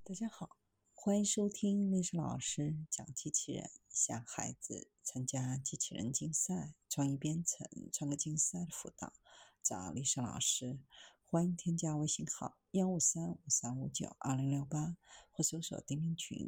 大家好，欢迎收听历史老师讲机器人，向孩子参加机器人竞赛、创意编程、创客竞赛的辅导，找历史老师。欢迎添加微信号15353592068或搜索钉钉群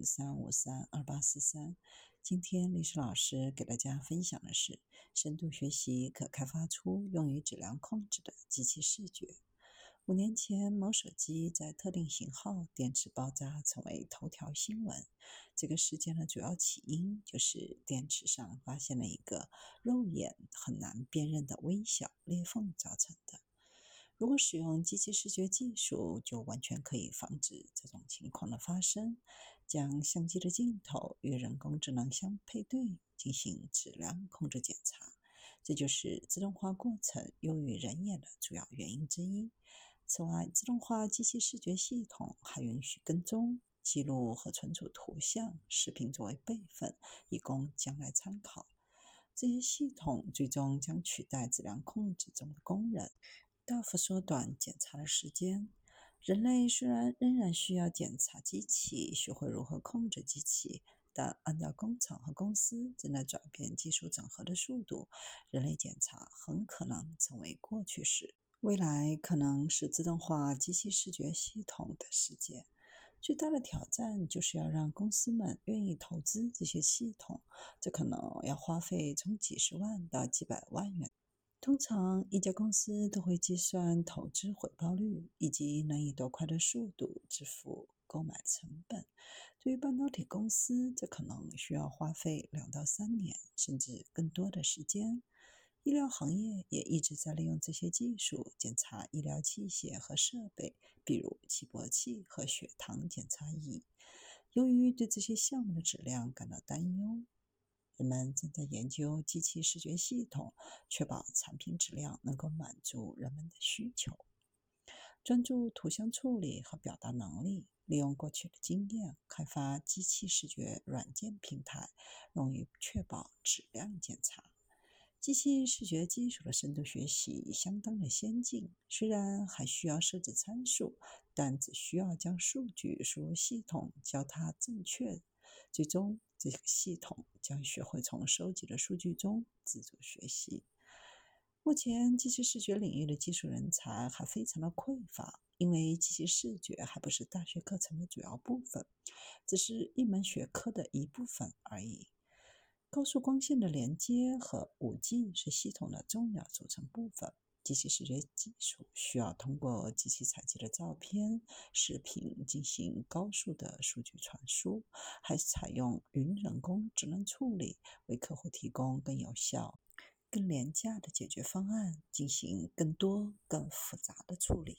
3532843。今天历史老师给大家分享的是，深度学习可开发出用于质量控制的机器视觉。5年前，某手机在特定型号电池爆炸成为头条新闻。这个事件的主要起因就是电池上发现了一个肉眼很难辨认的微小裂缝造成的。如果使用机器视觉技术，就完全可以防止这种情况的发生，将相机的镜头与人工智能相配对，进行质量控制检查。这就是自动化过程优于人眼的主要原因之一。此外，自动化机器视觉系统还允许跟踪、记录和存储图像、视频作为备份，以供将来参考。这些系统最终将取代质量控制中的工人，大幅缩短检查的时间。人类虽然仍然需要检查机器，学会如何控制机器，但按照工厂和公司正在转变技术整合的速度，人类检查很可能成为过去式。未来可能是自动化机器视觉系统的世界。最大的挑战就是要让公司们愿意投资这些系统，这可能要花费从几十万到几百万元。通常，一家公司都会计算投资回报率以及能以多快的速度支付购买成本。对于半导体公司，这可能需要花费2到3年，甚至更多的时间。医疗行业也一直在利用这些技术检查医疗器械和设备，比如起搏器和血糖检查仪。由于对这些项目的质量感到担忧，人们正在研究机器视觉系统，确保产品质量能够满足人们的需求。专注图像处理和表达能力，利用过去的经验，开发机器视觉软件平台，用于确保质量检查。机器视觉技术的深度学习相当的先进，虽然还需要设置参数，但只需要将数据输入系统，教它正确，最终这个系统将学会从收集的数据中自主学习。目前，机器视觉领域的技术人才还非常的匮乏，因为机器视觉还不是大学课程的主要部分，只是一门学科的一部分而已。高速光线的连接和 5G 是系统的重要组成部分。机器视觉技术需要通过机器采集的照片、视频进行高速的数据传输，还采用云人工智能处理，为客户提供更有效、更廉价的解决方案，进行更多、更复杂的处理。